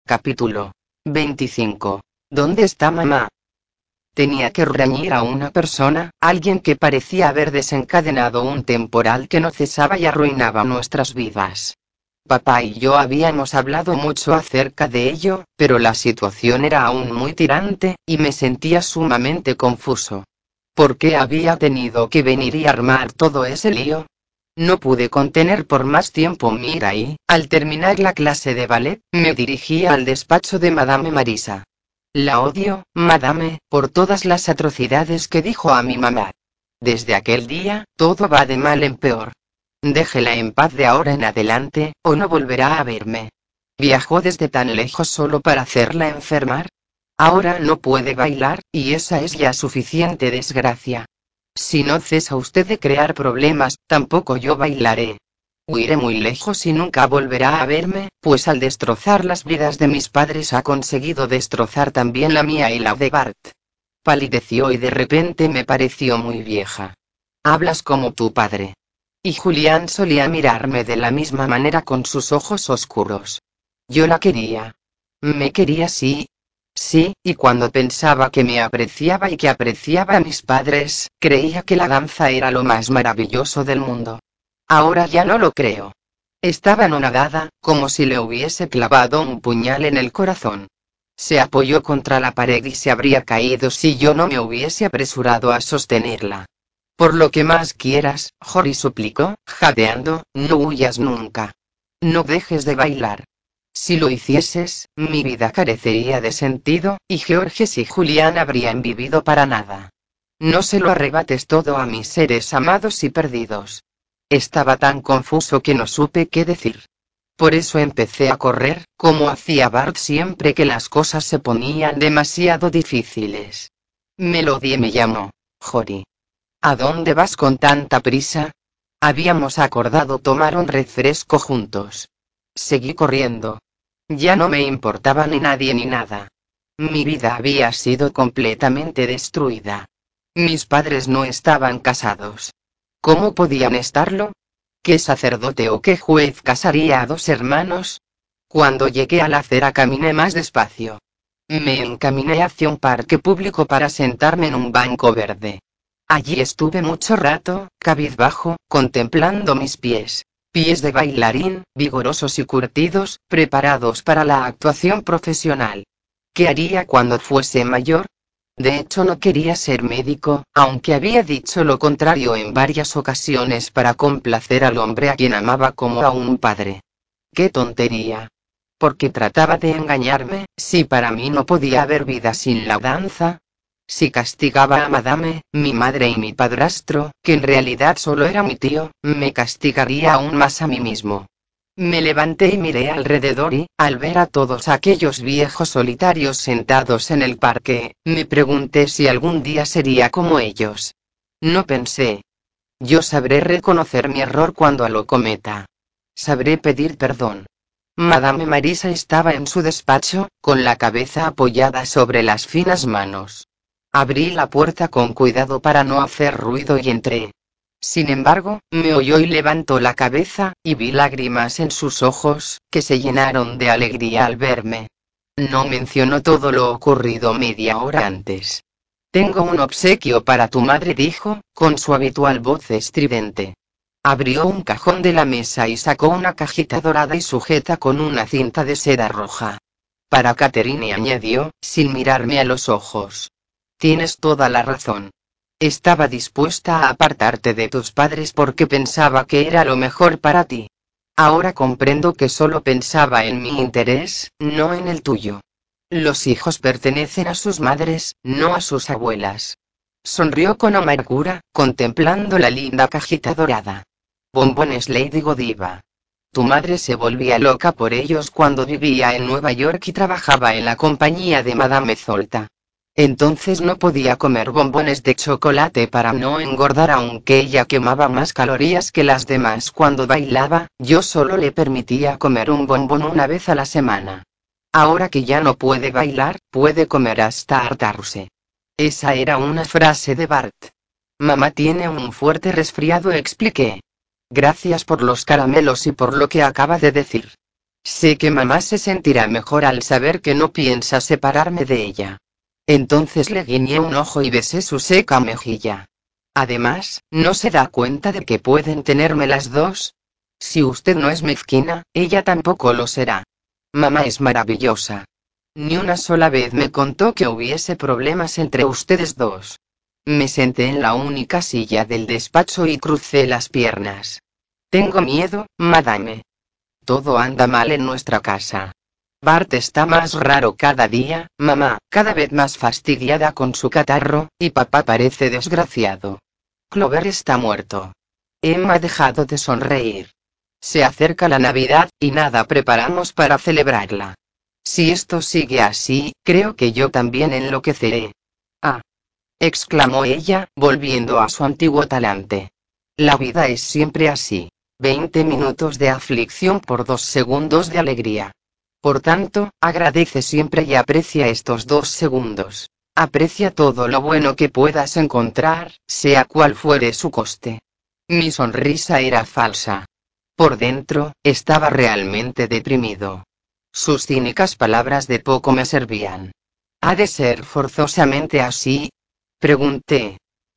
Capítulo 25. ¿Dónde está mamá? Tenía que reñir a una persona, alguien que parecía haber desencadenado un temporal que no cesaba y arruinaba nuestras vidas. Papá y yo habíamos hablado mucho acerca de ello, pero la situación era aún muy tirante, y me sentía sumamente confuso. ¿Por qué había tenido que venir y armar todo ese lío? No pude contener por más tiempo mi ira y, al terminar la clase de ballet, me dirigí al despacho de Madame Marisa. La odio, Madame, por todas las atrocidades que dijo a mi mamá. Desde aquel día, todo va de mal en peor. Déjela en paz de ahora en adelante, o no volverá a verme. ¿Viajó desde tan lejos solo para hacerla enfermar? Ahora no puede bailar, y esa es ya suficiente desgracia. Si no cesa usted de crear problemas, tampoco yo bailaré. Huiré muy lejos y nunca volverá a verme, pues al destrozar las vidas de mis padres ha conseguido destrozar también la mía y la de Bart. Palideció y de repente me pareció muy vieja. Hablas como tu padre. Y Julián solía mirarme de la misma manera con sus ojos oscuros. Yo la quería. Me quería sí. Sí, y cuando pensaba que me apreciaba y que apreciaba a mis padres, creía que la danza era lo más maravilloso del mundo. Ahora ya no lo creo. Estaba anonadada, como si le hubiese clavado un puñal en el corazón. Se apoyó contra la pared y se habría caído si yo no me hubiese apresurado a sostenerla. Por lo que más quieras, Jory suplicó, jadeando, no huyas nunca. No dejes de bailar. Si lo hicieses, mi vida carecería de sentido, y Georges y Julián habrían vivido para nada. No se lo arrebates todo a mis seres amados y perdidos. Estaba tan confuso que no supe qué decir. Por eso empecé a correr, como hacía Bart siempre que las cosas se ponían demasiado difíciles. Melody me llamó. Jory. ¿A dónde vas con tanta prisa? Habíamos acordado tomar un refresco juntos. Seguí corriendo. Ya no me importaba ni nadie ni nada. Mi vida había sido completamente destruida. Mis padres no estaban casados. ¿Cómo podían estarlo? ¿Qué sacerdote o qué juez casaría a dos hermanos? Cuando llegué a la acera caminé más despacio. Me encaminé hacia un parque público para sentarme en un banco verde. Allí estuve mucho rato, cabizbajo, contemplando mis pies. Pies de bailarín, vigorosos y curtidos, preparados para la actuación profesional. ¿Qué haría cuando fuese mayor? De hecho no quería ser médico, aunque había dicho lo contrario en varias ocasiones para complacer al hombre a quien amaba como a un padre. ¡Qué tontería! Porque trataba de engañarme, si para mí no podía haber vida sin la danza. Si castigaba a Madame, mi madre y mi padrastro, que en realidad solo era mi tío, me castigaría aún más a mí mismo. Me levanté y miré alrededor y, al ver a todos aquellos viejos solitarios sentados en el parque, me pregunté si algún día sería como ellos. No pensé. Yo sabré reconocer mi error cuando lo cometa. Sabré pedir perdón. Madame Marisa estaba en su despacho, con la cabeza apoyada sobre las finas manos. Abrí la puerta con cuidado para no hacer ruido y entré. Sin embargo, me oyó y levantó la cabeza, y vi lágrimas en sus ojos, que se llenaron de alegría al verme. No mencionó todo lo ocurrido media hora antes. Tengo un obsequio para tu madre, dijo, con su habitual voz estridente. Abrió un cajón de la mesa y sacó una cajita dorada y sujeta con una cinta de seda roja. Para Catherine, añadió, sin mirarme a los ojos. Tienes toda la razón. Estaba dispuesta a apartarte de tus padres porque pensaba que era lo mejor para ti. Ahora comprendo que solo pensaba en mi interés, no en el tuyo. Los hijos pertenecen a sus madres, no a sus abuelas. Sonrió con amargura, contemplando la linda cajita dorada. Bombones Lady Godiva. Tu madre se volvía loca por ellos cuando vivía en Nueva York y trabajaba en la compañía de Madame Zolta. Entonces no podía comer bombones de chocolate para no engordar, aunque ella quemaba más calorías que las demás cuando bailaba. Yo solo le permitía comer un bombón una vez a la semana. Ahora que ya no puede bailar, puede comer hasta hartarse. Esa era una frase de Bart. Mamá tiene un fuerte resfriado, expliqué. Gracias por los caramelos y por lo que acaba de decir. Sé que mamá se sentirá mejor al saber que no piensa separarme de ella. Entonces le guiñé un ojo y besé su seca mejilla. Además, ¿no se da cuenta de que pueden tenerme las dos? Si usted no es mezquina, ella tampoco lo será. Mamá es maravillosa. Ni una sola vez me contó que hubiese problemas entre ustedes dos. Me senté en la única silla del despacho y crucé las piernas. Tengo miedo, madame. Todo anda mal en nuestra casa. Bart está más raro cada día, mamá, cada vez más fastidiada con su catarro, y papá parece desgraciado. Clover está muerto. Emma ha dejado de sonreír. Se acerca la Navidad, y nada preparamos para celebrarla. Si esto sigue así, creo que yo también enloqueceré. Ah, exclamó ella, volviendo a su antiguo talante. La vida es siempre así. 20 minutos de aflicción por 2 segundos de alegría. Por tanto, agradece siempre y aprecia estos 2 segundos. Aprecia todo lo bueno que puedas encontrar, sea cual fuere su coste. Mi sonrisa era falsa. Por dentro, estaba realmente deprimido. Sus cínicas palabras de poco me servían. ¿Ha de ser forzosamente así? Pregunté.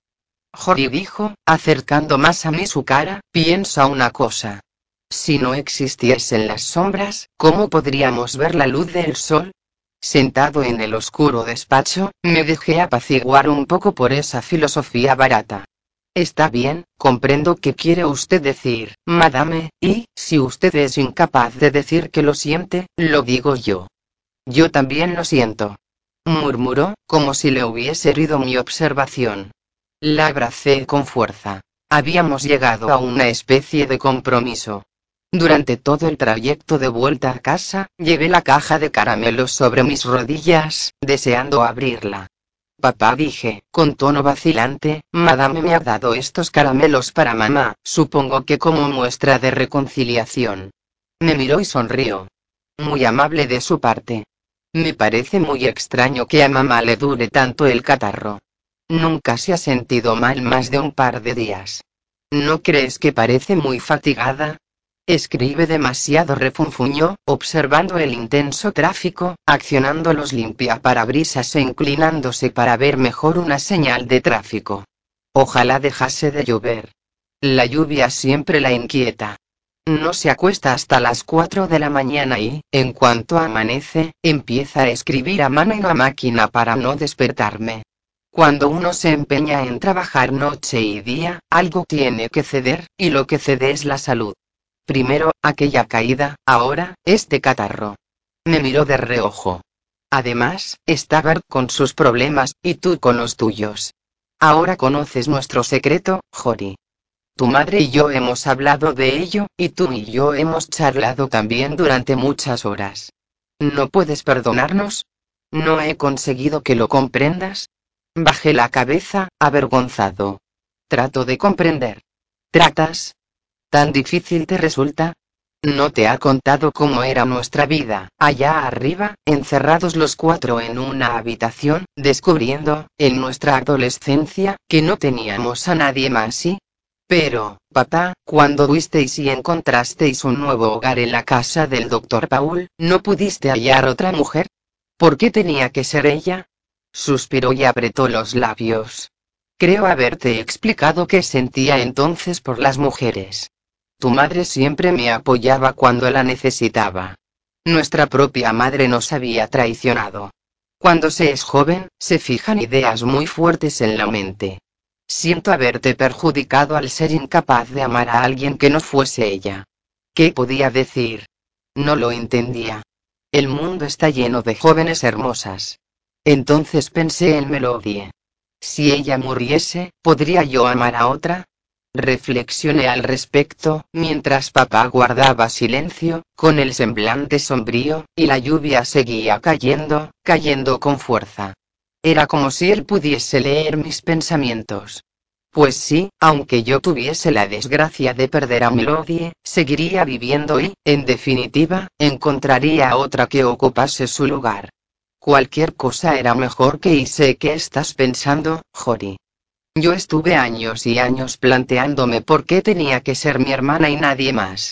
Jory dijo, acercando más a mí su cara, piensa una cosa. Si no existiesen las sombras, ¿cómo podríamos ver la luz del sol? Sentado en el oscuro despacho, me dejé apaciguar un poco por esa filosofía barata. Está bien, comprendo qué quiere usted decir, madame, y, si usted es incapaz de decir que lo siente, lo digo yo. Yo también lo siento. Murmuró, como si le hubiese herido mi observación. La abracé con fuerza. Habíamos llegado a una especie de compromiso. Durante todo el trayecto de vuelta a casa, llevé la caja de caramelos sobre mis rodillas, deseando abrirla. Papá, dije, con tono vacilante, madame me ha dado estos caramelos para mamá, supongo que como muestra de reconciliación. Me miró y sonrió. Muy amable de su parte. Me parece muy extraño que a mamá le dure tanto el catarro. Nunca se ha sentido mal más de un par de días. ¿No crees que parece muy fatigada? Escribe demasiado, refunfuñó, observando el intenso tráfico, accionando los limpiaparabrisas e inclinándose para ver mejor una señal de tráfico. Ojalá dejase de llover. La lluvia siempre la inquieta. No se acuesta hasta las 4 de la mañana y, en cuanto amanece, empieza a escribir a mano en la máquina para no despertarme. Cuando uno se empeña en trabajar noche y día, algo tiene que ceder, y lo que cede es la salud. Primero, aquella caída, ahora, este catarro. Me miró de reojo. Además, está Bart con sus problemas, y tú con los tuyos. Ahora conoces nuestro secreto, Jory. Tu madre y yo hemos hablado de ello, y tú y yo hemos charlado también durante muchas horas. ¿No puedes perdonarnos? ¿No he conseguido que lo comprendas? Bajé la cabeza, avergonzado. Trato de comprender. ¿Tratas? ¿Tan difícil te resulta? ¿No te ha contado cómo era nuestra vida, allá arriba, encerrados los cuatro en una habitación, descubriendo, en nuestra adolescencia, que no teníamos a nadie más y... Pero, papá, cuando fuisteis y encontrasteis un nuevo hogar en la casa del doctor Paul, ¿no pudiste hallar otra mujer? ¿Por qué tenía que ser ella? Suspiró y apretó los labios. Creo haberte explicado qué sentía entonces por las mujeres. Tu madre siempre me apoyaba cuando la necesitaba. Nuestra propia madre nos había traicionado. Cuando se es joven, se fijan ideas muy fuertes en la mente. Siento haberte perjudicado al ser incapaz de amar a alguien que no fuese ella. ¿Qué podía decir? No lo entendía. El mundo está lleno de jóvenes hermosas. Entonces pensé en Melodie. Si ella muriese, ¿podría yo amar a otra? Reflexioné al respecto, mientras papá guardaba silencio, con el semblante sombrío, y la lluvia seguía cayendo, cayendo con fuerza. Era como si él pudiese leer mis pensamientos. Pues sí, aunque yo tuviese la desgracia de perder a Melodie, seguiría viviendo y, en definitiva, encontraría a otra que ocupase su lugar. Cualquier cosa era mejor que y sé qué estás pensando, Jory. Yo estuve años y años planteándome por qué tenía que ser mi hermana y nadie más.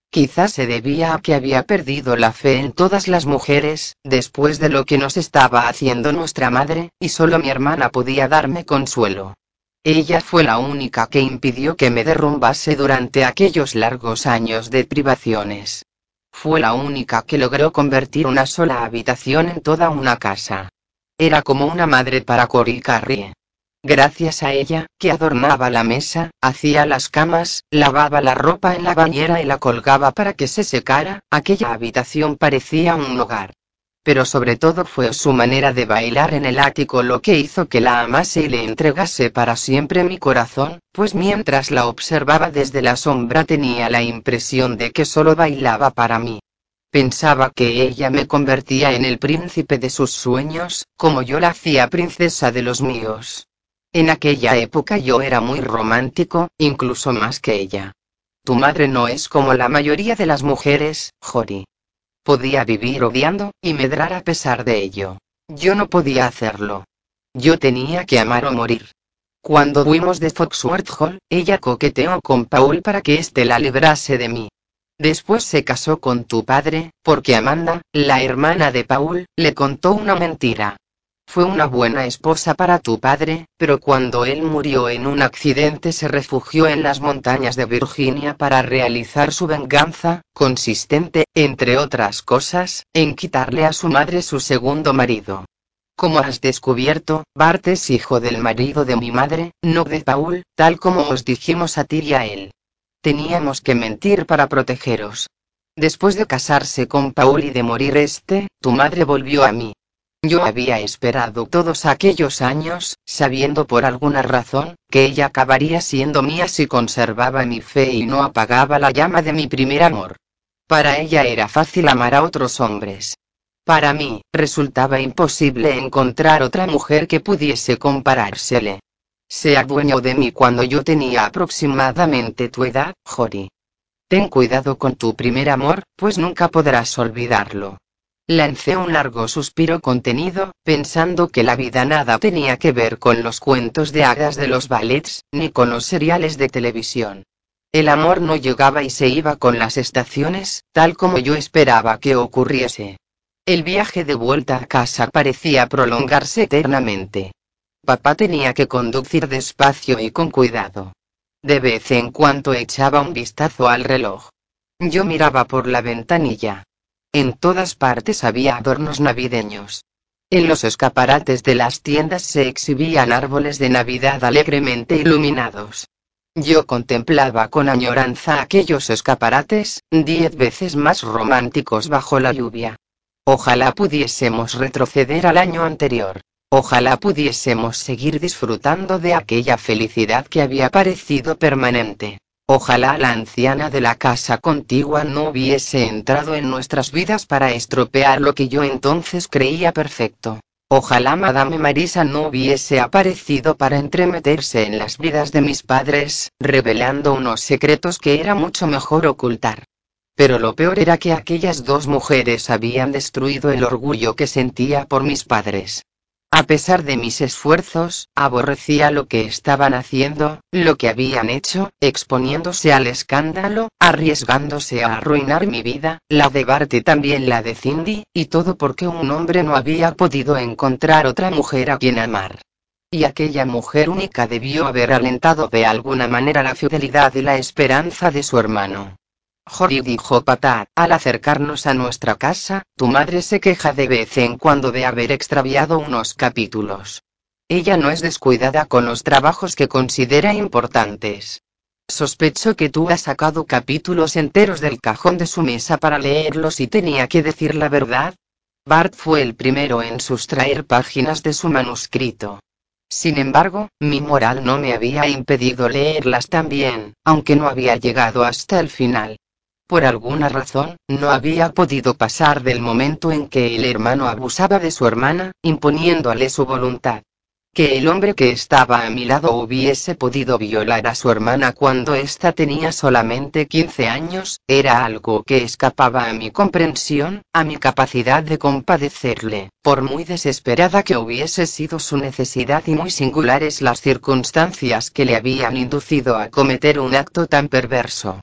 Quizás se debía a que había perdido la fe en todas las mujeres, después de lo que nos estaba haciendo nuestra madre, y solo mi hermana podía darme consuelo. Ella fue la única que impidió que me derrumbase durante aquellos largos años de privaciones. Fue la única que logró convertir una sola habitación en toda una casa. Era como una madre para Cory y Carrie. Gracias a ella, que adornaba la mesa, hacía las camas, lavaba la ropa en la bañera y la colgaba para que se secara, aquella habitación parecía un hogar. Pero sobre todo fue su manera de bailar en el ático lo que hizo que la amase y le entregase para siempre mi corazón, pues mientras la observaba desde la sombra tenía la impresión de que solo bailaba para mí. Pensaba que ella me convertía en el príncipe de sus sueños, como yo la hacía princesa de los míos. En aquella época yo era muy romántico, incluso más que ella. Tu madre no es como la mayoría de las mujeres, Jory. Podía vivir odiando, y medrar a pesar de ello. Yo no podía hacerlo. Yo tenía que amar o morir. Cuando huimos de Foxworth Hall, ella coqueteó con Paul para que éste la librase de mí. Después se casó con tu padre, porque Amanda, la hermana de Paul, le contó una mentira. Fue una buena esposa para tu padre, pero cuando él murió en un accidente se refugió en las montañas de Virginia para realizar su venganza, consistente, entre otras cosas, en quitarle a su madre su segundo marido. Como has descubierto, Bart es hijo del marido de mi madre, no de Paul, tal como os dijimos a ti y a él. Teníamos que mentir para protegeros. Después de casarse con Paul y de morir tu madre volvió a mí. Yo había esperado todos aquellos años, sabiendo por alguna razón, que ella acabaría siendo mía si conservaba mi fe y no apagaba la llama de mi primer amor. Para ella era fácil amar a otros hombres. Para mí, resultaba imposible encontrar otra mujer que pudiese comparársele. Se adueñó de mí cuando yo tenía aproximadamente tu edad, Jory. Ten cuidado con tu primer amor, pues nunca podrás olvidarlo. Lancé un largo suspiro contenido, pensando que la vida nada tenía que ver con los cuentos de hadas de los ballets, ni con los seriales de televisión. El amor no llegaba y se iba con las estaciones, tal como yo esperaba que ocurriese. El viaje de vuelta a casa parecía prolongarse eternamente. Papá tenía que conducir despacio y con cuidado. De vez en cuando echaba un vistazo al reloj. Yo miraba por la ventanilla. En todas partes había adornos navideños. En los escaparates de las tiendas se exhibían árboles de Navidad alegremente iluminados. Yo contemplaba con añoranza aquellos escaparates, 10 veces más románticos bajo la lluvia. Ojalá pudiésemos retroceder al año anterior. Ojalá pudiésemos seguir disfrutando de aquella felicidad que había parecido permanente. Ojalá la anciana de la casa contigua no hubiese entrado en nuestras vidas para estropear lo que yo entonces creía perfecto. Ojalá Madame Marisa no hubiese aparecido para entremeterse en las vidas de mis padres, revelando unos secretos que era mucho mejor ocultar. Pero lo peor era que aquellas dos mujeres habían destruido el orgullo que sentía por mis padres. A pesar de mis esfuerzos, aborrecía lo que estaban haciendo, lo que habían hecho, exponiéndose al escándalo, arriesgándose a arruinar mi vida, la de Bart y también la de Cindy, y todo porque un hombre no había podido encontrar otra mujer a quien amar. Y aquella mujer única debió haber alentado de alguna manera la fidelidad y la esperanza de su hermano. Jory, dijo papá, al acercarnos a nuestra casa, tu madre se queja de vez en cuando de haber extraviado unos capítulos. Ella no es descuidada con los trabajos que considera importantes. Sospecho que tú has sacado capítulos enteros del cajón de su mesa para leerlos y tenía que decir la verdad. Bart fue el primero en sustraer páginas de su manuscrito. Sin embargo, mi moral no me había impedido leerlas también, aunque no había llegado hasta el final. Por alguna razón, no había podido pasar del momento en que el hermano abusaba de su hermana, imponiéndole su voluntad. Que el hombre que estaba a mi lado hubiese podido violar a su hermana cuando ésta tenía solamente 15 años, era algo que escapaba a mi comprensión, a mi capacidad de compadecerle, por muy desesperada que hubiese sido su necesidad y muy singulares las circunstancias que le habían inducido a cometer un acto tan perverso.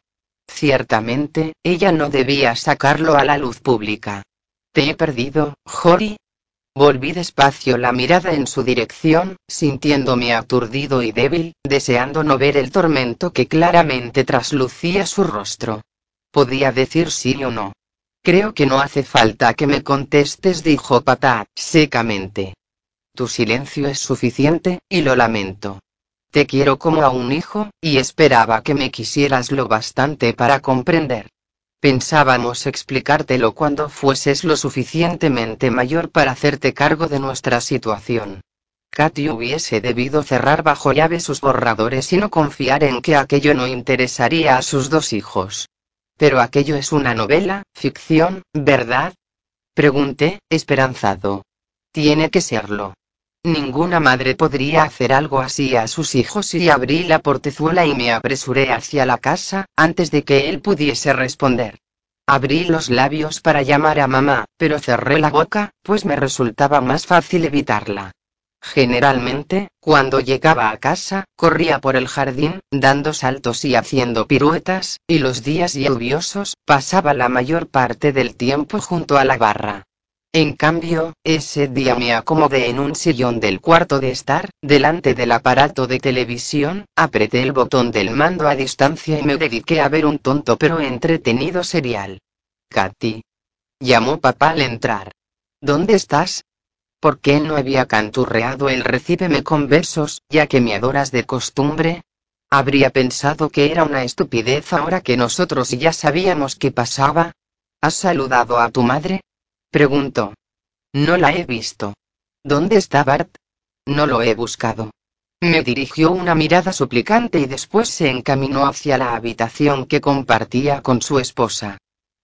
Ciertamente, ella no debía sacarlo a la luz pública. ¿Te he perdido, Jory? Volví despacio la mirada en su dirección, sintiéndome aturdido y débil, deseando no ver el tormento que claramente traslucía su rostro. Podía decir sí o no. Creo que no hace falta que me contestes, dijo Patá, secamente. Tu silencio es suficiente, y lo lamento. Te quiero como a un hijo, y esperaba que me quisieras lo bastante para comprender. Pensábamos explicártelo cuando fueses lo suficientemente mayor para hacerte cargo de nuestra situación. Katy hubiese debido cerrar bajo llave sus borradores y no confiar en que aquello no interesaría a sus dos hijos. Pero aquello es una novela, ficción, ¿verdad? Pregunté, esperanzado. Tiene que serlo. Ninguna madre podría hacer algo así a sus hijos, y abrí la portezuela y me apresuré hacia la casa, antes de que él pudiese responder. Abrí los labios para llamar a mamá, pero cerré la boca, pues me resultaba más fácil evitarla. Generalmente, cuando llegaba a casa, corría por el jardín, dando saltos y haciendo piruetas, y los días lluviosos, pasaba la mayor parte del tiempo junto a la barra. En cambio, ese día me acomodé en un sillón del cuarto de estar, delante del aparato de televisión, apreté el botón del mando a distancia y me dediqué a ver un tonto pero entretenido serial. Katy. Llamó papá al entrar. ¿Dónde estás? ¿Por qué no había canturreado el recíbeme con besos, ya que me adoras de costumbre? Habría pensado que era una estupidez ahora que nosotros ya sabíamos qué pasaba. ¿Has saludado a tu madre? Preguntó. No la he visto. ¿Dónde está Bart? No lo he buscado. Me dirigió una mirada suplicante y después se encaminó hacia la habitación que compartía con su esposa.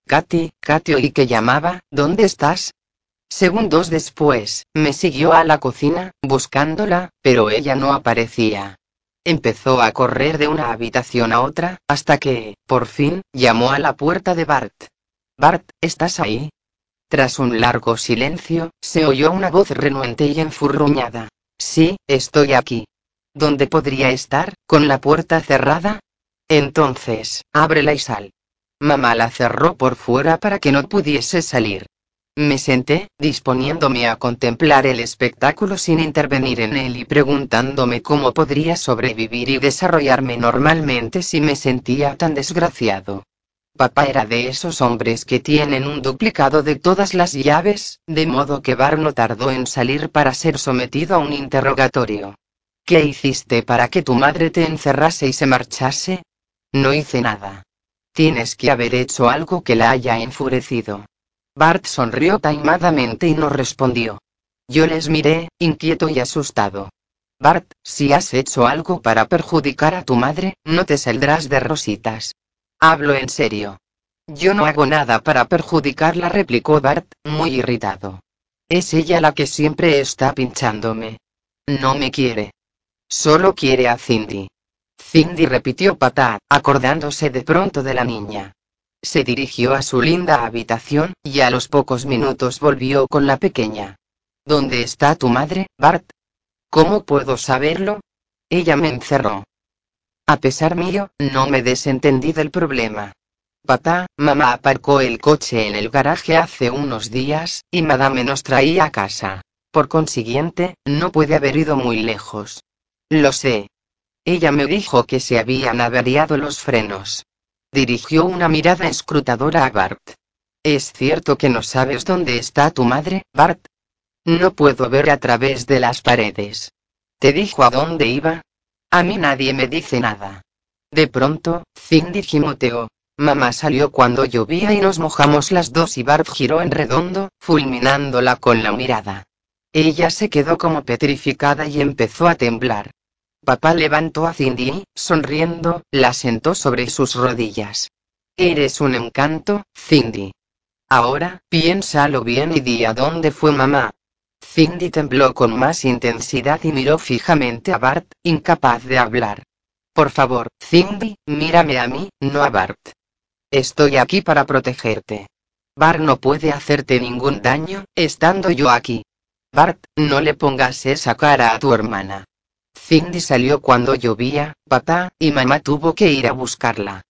Katy, oí que llamaba, ¿dónde estás? Segundos después, me siguió a la cocina, buscándola, pero ella no aparecía. Empezó a correr de una habitación a otra, hasta que, por fin, llamó a la puerta de Bart. Bart, ¿estás ahí? Tras un largo silencio, se oyó una voz renuente y enfurruñada. Sí, estoy aquí. ¿Dónde podría estar, con la puerta cerrada? Entonces, ábrela y sal. Mamá la cerró por fuera para que no pudiese salir. Me senté, disponiéndome a contemplar el espectáculo sin intervenir en él y preguntándome cómo podría sobrevivir y desarrollarme normalmente si me sentía tan desgraciado. Papá era de esos hombres que tienen un duplicado de todas las llaves, de modo que Bart no tardó en salir para ser sometido a un interrogatorio. ¿Qué hiciste para que tu madre te encerrase y se marchase? No hice nada. Tienes que haber hecho algo que la haya enfurecido. Bart sonrió taimadamente y no respondió. Yo les miré, inquieto y asustado. Bart, si has hecho algo para perjudicar a tu madre, no te saldrás de rositas. Hablo en serio. Yo no hago nada para perjudicarla, replicó Bart, muy irritado. Es ella la que siempre está pinchándome. No me quiere. Solo quiere a Cindy. Cindy, repitió Patá, acordándose de pronto de la niña. Se dirigió a su linda habitación, y a los pocos minutos volvió con la pequeña. ¿Dónde está tu madre, Bart? ¿Cómo puedo saberlo? Ella me encerró. A pesar mío, no me desentendí del problema. Mamá aparcó el coche en el garaje hace unos días, y Madame nos traía a casa. Por consiguiente, no puede haber ido muy lejos. Lo sé. Ella me dijo que se habían averiado los frenos. Dirigió una mirada escrutadora a Bart. ¿Es cierto que no sabes dónde está tu madre, Bart? No puedo ver a través de las paredes. ¿Te dijo a dónde iba? A mí nadie me dice nada. De pronto, Cindy gimoteó. Mamá salió cuando llovía y nos mojamos las dos, y Bart giró en redondo, fulminándola con la mirada. Ella se quedó como petrificada y empezó a temblar. Papá levantó a Cindy y, sonriendo, la sentó sobre sus rodillas. Eres un encanto, Cindy. Ahora, piénsalo bien y di a dónde fue mamá. Cindy tembló con más intensidad y miró fijamente a Bart, incapaz de hablar. Por favor, Cindy, mírame a mí, no a Bart. Estoy aquí para protegerte. Bart no puede hacerte ningún daño, estando yo aquí. Bart, no le pongas esa cara a tu hermana. Cindy salió cuando llovía, papá, y mamá tuvo que ir a buscarla.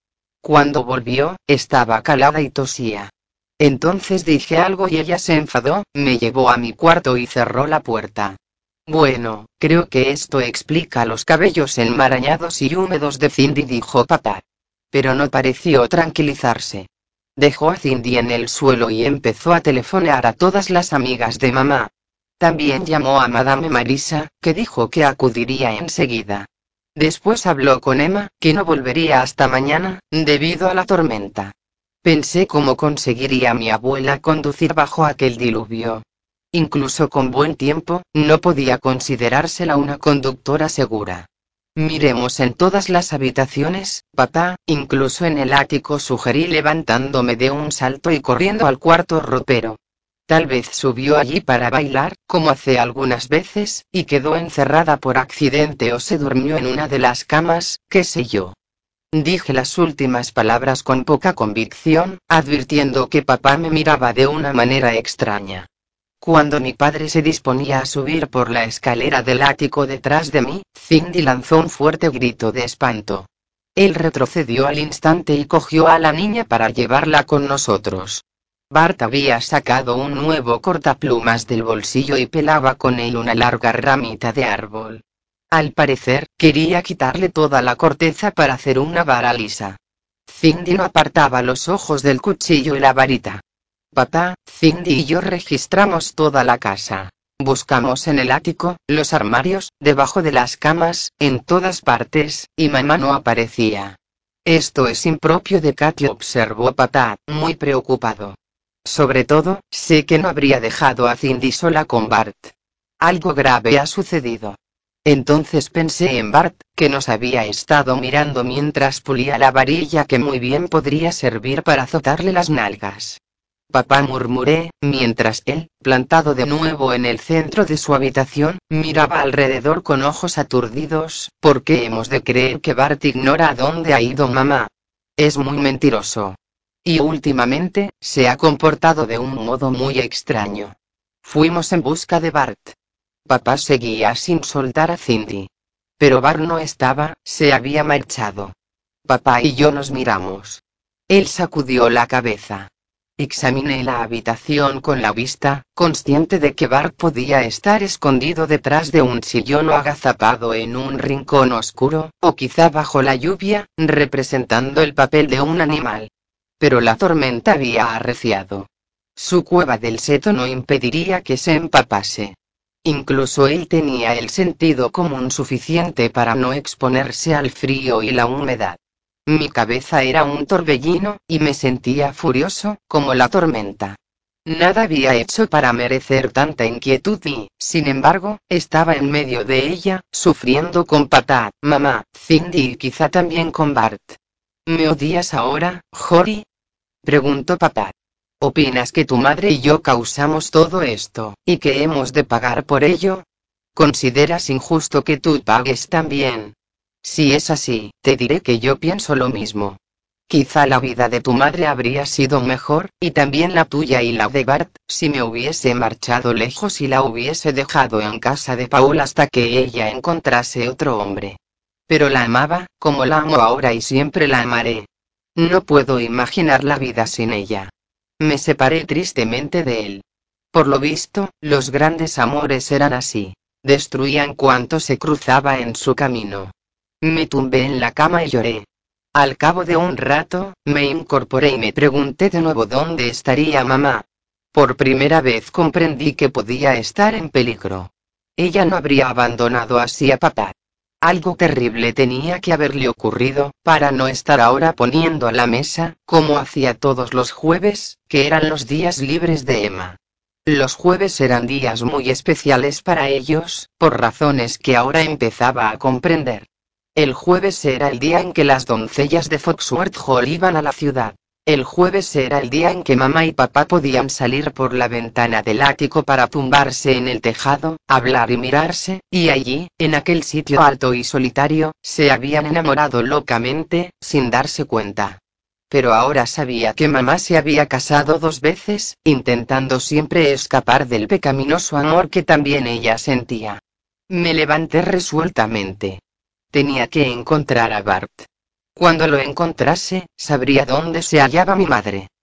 Cuando volvió, estaba calada y tosía. Entonces dije algo y ella se enfadó, me llevó a mi cuarto y cerró la puerta. Bueno, creo que esto explica los cabellos enmarañados y húmedos de Cindy, dijo papá. Pero no pareció tranquilizarse. Dejó a Cindy en el suelo y empezó a telefonear a todas las amigas de mamá. También llamó a Madame Marisa, que dijo que acudiría enseguida. Después habló con Emma, que no volvería hasta mañana, debido a la tormenta. Pensé cómo conseguiría mi abuela conducir bajo aquel diluvio. Incluso con buen tiempo, no podía considerársela una conductora segura. Miremos en todas las habitaciones, papá, incluso en el ático, sugerí levantándome de un salto y corriendo al cuarto ropero. Tal vez subió allí para bailar, como hace algunas veces, y quedó encerrada por accidente o se durmió en una de las camas, qué sé yo. Dije las últimas palabras con poca convicción, advirtiendo que papá me miraba de una manera extraña. Cuando mi padre se disponía a subir por la escalera del ático detrás de mí, Cindy lanzó un fuerte grito de espanto. Él retrocedió al instante y cogió a la niña para llevarla con nosotros. Bart había sacado un nuevo cortaplumas del bolsillo y pelaba con él una larga ramita de árbol. Al parecer, quería quitarle toda la corteza para hacer una vara lisa. Cindy no apartaba los ojos del cuchillo y la varita. Papá, Cindy y yo registramos toda la casa. Buscamos en el ático, los armarios, debajo de las camas, en todas partes, y mamá no aparecía. Esto es impropio de Katy, observó papá, muy preocupado. Sobre todo, sé que no habría dejado a Cindy sola con Bart. Algo grave ha sucedido. Entonces pensé en Bart, que nos había estado mirando mientras pulía la varilla que muy bien podría servir para azotarle las nalgas. Papá, murmuré, mientras él, plantado de nuevo en el centro de su habitación, miraba alrededor con ojos aturdidos. ¿Por qué hemos de creer que Bart ignora a dónde ha ido mamá? Es muy mentiroso. Y últimamente, se ha comportado de un modo muy extraño. Fuimos en busca de Bart. Papá seguía sin soltar a Cindy. Pero Bart no estaba, se había marchado. Papá y yo nos miramos. Él sacudió la cabeza. Examiné la habitación con la vista, consciente de que Bart podía estar escondido detrás de un sillón o agazapado en un rincón oscuro, o quizá bajo la lluvia, representando el papel de un animal. Pero la tormenta había arreciado. Su cueva del seto no impediría que se empapase. Incluso él tenía el sentido común suficiente para no exponerse al frío y la humedad. Mi cabeza era un torbellino, y me sentía furioso, como la tormenta. Nada había hecho para merecer tanta inquietud y, sin embargo, estaba en medio de ella, sufriendo con papá, mamá, Cindy y quizá también con Bart. ¿Me odias ahora, Jory?, preguntó papá. ¿Opinas que tu madre y yo causamos todo esto, y que hemos de pagar por ello? ¿Consideras injusto que tú pagues también? Si es así, te diré que yo pienso lo mismo. Quizá la vida de tu madre habría sido mejor, y también la tuya y la de Bart, si me hubiese marchado lejos y la hubiese dejado en casa de Paul hasta que ella encontrase otro hombre. Pero la amaba, como la amo ahora y siempre la amaré. No puedo imaginar la vida sin ella. Me separé tristemente de él. Por lo visto, los grandes amores eran así. Destruían cuanto se cruzaba en su camino. Me tumbé en la cama y lloré. Al cabo de un rato, me incorporé y me pregunté de nuevo dónde estaría mamá. Por primera vez comprendí que podía estar en peligro. Ella no habría abandonado así a papá. Algo terrible tenía que haberle ocurrido, para no estar ahora poniendo a la mesa, como hacía todos los jueves, que eran los días libres de Emma. Los jueves eran días muy especiales para ellos, por razones que ahora empezaba a comprender. El jueves era el día en que las doncellas de Foxworth Hall iban a la ciudad. El jueves era el día en que mamá y papá podían salir por la ventana del ático para tumbarse en el tejado, hablar y mirarse, y allí, en aquel sitio alto y solitario, se habían enamorado locamente, sin darse cuenta. Pero ahora sabía que mamá se había casado 2 veces, intentando siempre escapar del pecaminoso amor que también ella sentía. Me levanté resueltamente. Tenía que encontrar a Bart. Cuando lo encontrase, sabría dónde se hallaba mi madre.